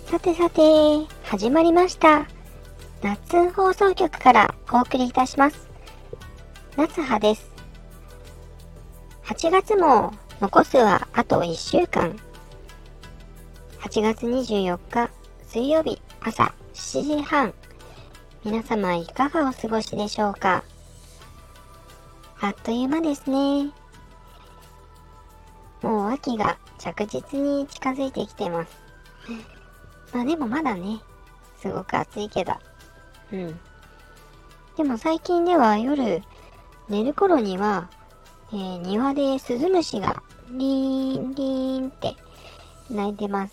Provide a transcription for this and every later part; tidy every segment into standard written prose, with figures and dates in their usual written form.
さてさて、始まりました。夏放送局からお送りいたします。夏葉です。8月も残すはあと1週間。8月24日水曜日朝7時半。皆様いかがお過ごしでしょうか。あっという間ですね。もう秋が着実に近づいてきてます。でもまだね、すごく暑いけど。でも最近では夜寝る頃には、庭でスズムシがリーンリーンって鳴いてます。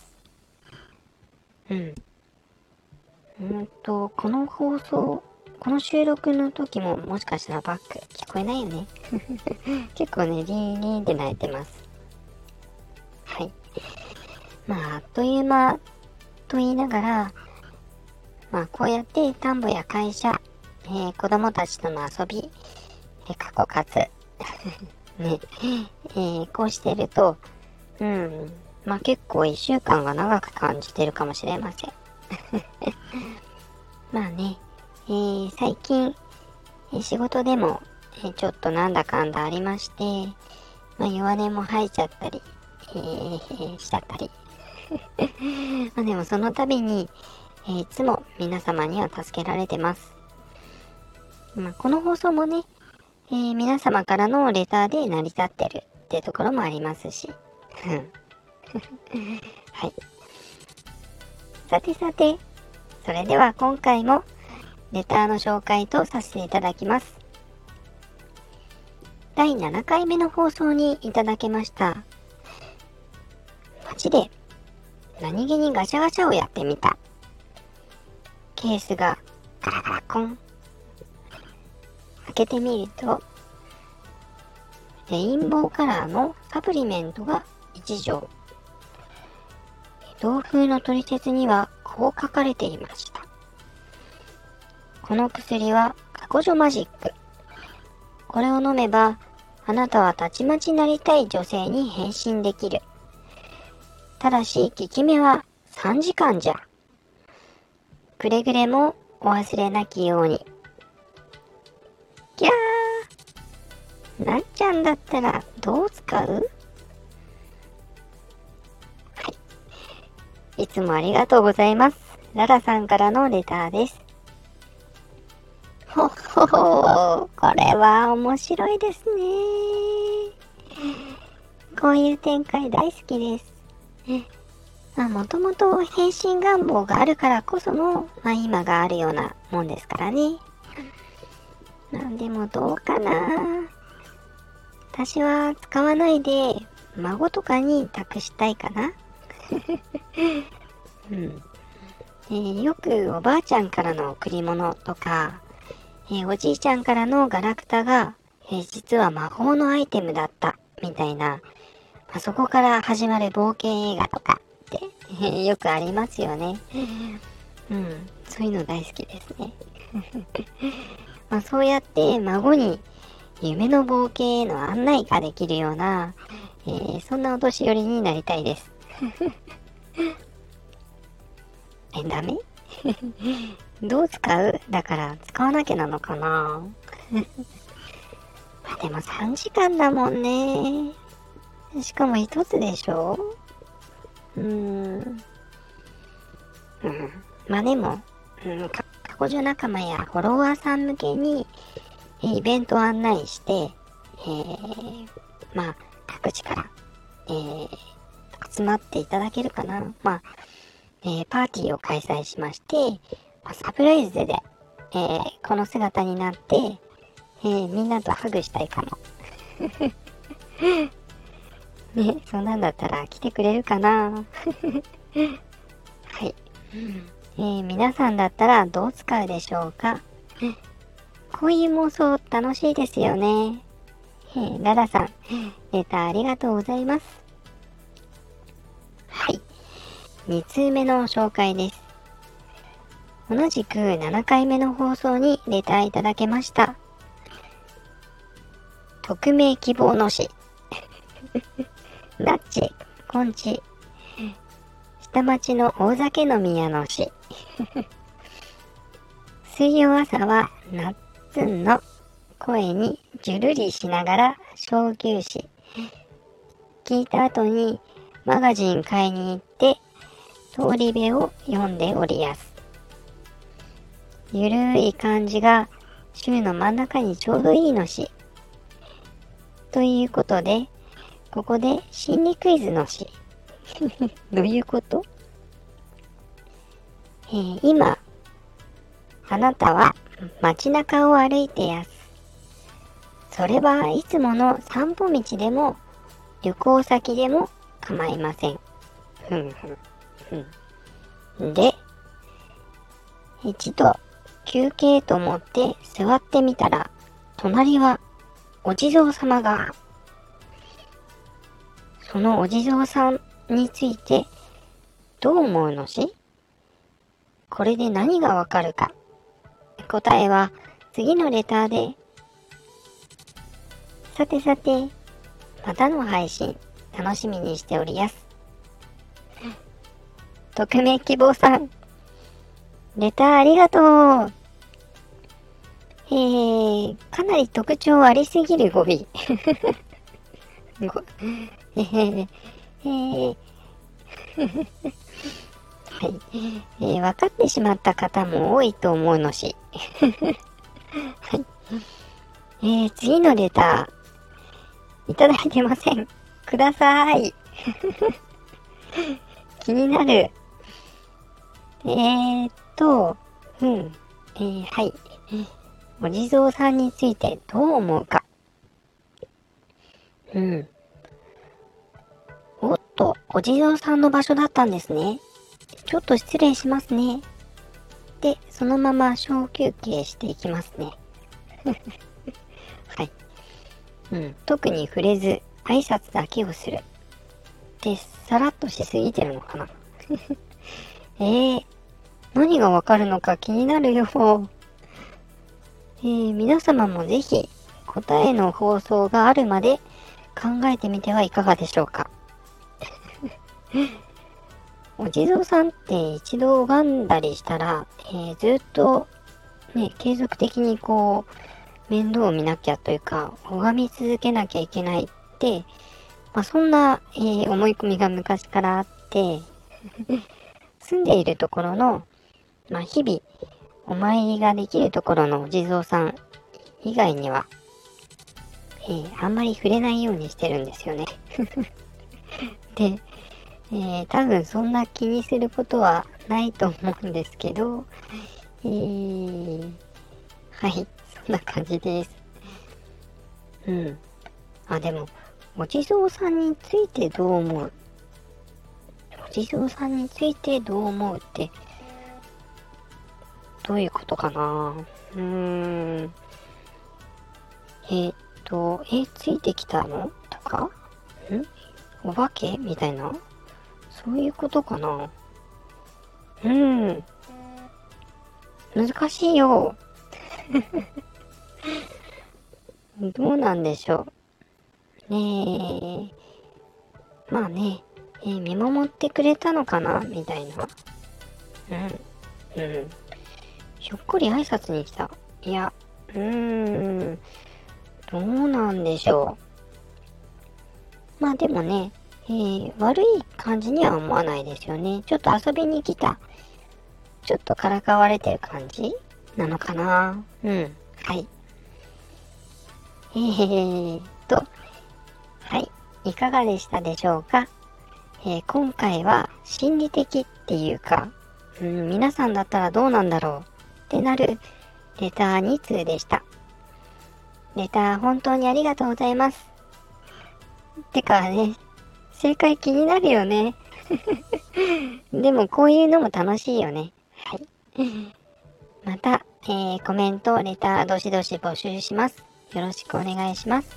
この放送、この収録の時ももしかしたらバック聞こえないよね。結構ね、リーンリーンって鳴いてます。はい。あっという間と言いながら、こうやって田んぼや会社、子供たちとの遊び、過去活、ね、こうしてると、結構一週間が長く感じてるかもしれません。最近、仕事でも、ちょっとなんだかんだありまして、弱音も吐いちゃったり、しちゃったり。でもその度に、いつも皆様には助けられてます。この放送もね、皆様からのレターで成り立ってるってところもありますし。はい。さてさて、それでは今回もレターの紹介とさせていただきます。第7回目の放送にいただけました。街で何気にガチャガチャをやってみた。ケースがガラガラコン。開けてみると、レインボーカラーのサプリメントが1錠。同封の取説にはこう書かれていました。この薬は過去女マジック。これを飲めば、あなたはたちまちなりたい女性に変身できる。ただし、効き目は3時間じゃ。くれぐれもお忘れなきように。きゃー。なっちゃんだったらどう使う？はい。いつもありがとうございます。ララさんからのレターです。ほほほー。これは面白いですね。こういう展開大好きです。もともと変身願望があるからこその、今があるようなもんですからね。でもどうかな。私は使わないで孫とかに託したいかな。よくおばあちゃんからの贈り物とか、おじいちゃんからのガラクタが、実は魔法のアイテムだったみたいな、そこから始まる冒険映画とかって、よくありますよね。そういうの大好きですね。そうやって孫に夢の冒険への案内ができるような、そんなお年寄りになりたいです。ダメ？どう使う？だから使わなきゃなのかな。でも3時間だもんね。しかも一つでしょ？でも、過去女仲間やフォロワーさん向けに、イベントを案内して、各地から、集まっていただけるかな。パーティーを開催しまして、サプライズで、この姿になって、みんなとハグしたいかも。ね、そんなんだったら来てくれるかな。はい。皆さんだったらどう使うでしょうか。こういう妄想楽しいですよね。ララさん、レターありがとうございます。はい。2通目の紹介です。同じく7回目の放送にレターいただけました。匿名希望のし。ナッチ、コンチ。 下町の大酒飲み屋の詩。水曜朝はなっつんの声にじゅるりしながら小休止。聞いた後にマガジン買いに行って通り部を読んでおりやす。ゆるい感じが週の真ん中にちょうどいいのし。ということで、ここで心理クイズのし。どういうこと？今、あなたは街中を歩いてやす。それはいつもの散歩道でも旅行先でも構いません。で、一度休憩と思って座ってみたら、隣はお地蔵様が。そのお地蔵さんについてどう思うのし？これで何がわかるか。答えは次のレターで。さてさて、またの配信楽しみにしておりやす。匿名希望さん、レターありがとう。かなり特徴ありすぎる語尾。はい、分かってしまった方も多いと思うのし。はい、次のレターいただいてません。ください。気になる。はい。お地蔵さんについてどう思うか。おっと、お地蔵さんの場所だったんですね。ちょっと失礼しますね。で、そのまま小休憩していきますね。はい。特に触れず、挨拶だけをする。で、さらっとしすぎてるのかな。何がわかるのか気になるよ。皆様もぜひ答えの放送があるまで考えてみてはいかがでしょうか。お地蔵さんって一度拝んだりしたら、ずっとね、継続的に面倒を見なきゃというか、拝み続けなきゃいけないって、そんな、思い込みが昔からあって、住んでいるところの、日々、お参りができるところのお地蔵さん以外には、あんまり触れないようにしてるんですよね。で、多分そんな気にすることはないと思うんですけど、はい、そんな感じです。でも、お地蔵さんについてどう思う？お地蔵さんについてどう思うって、どういうことかな？ついてきたのとか？お化けみたいな？そういうことかな？難しいよ。どうなんでしょう。見守ってくれたのかなみたいな。ひょっこり挨拶に来た。いや、どうなんでしょう。でもね、悪い感じには思わないですよね。ちょっと遊びに来た。ちょっとからかわれてる感じなのかな。はい。いかがでしたでしょうか。今回は心理的っていうか、皆さんだったらどうなんだろうってなるレター2通でした。レター本当にありがとうございます。てかね、正解気になるよね。でもこういうのも楽しいよね。はい。また、コメント、レター、どしどし募集します。よろしくお願いします。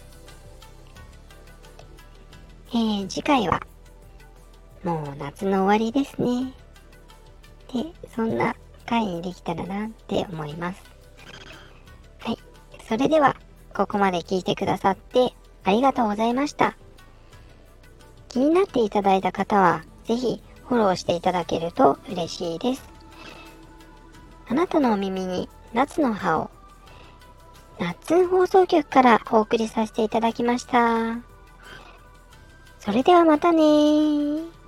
次回は、もう夏の終わりですね。で、そんな回にできたらなって思います。はい。それでは、ここまで聞いてくださってありがとうございました。気になっていただいた方は、ぜひフォローしていただけると嬉しいです。あなたのお耳に夏の葉を、夏放送局からお送りさせていただきました。それではまたねー。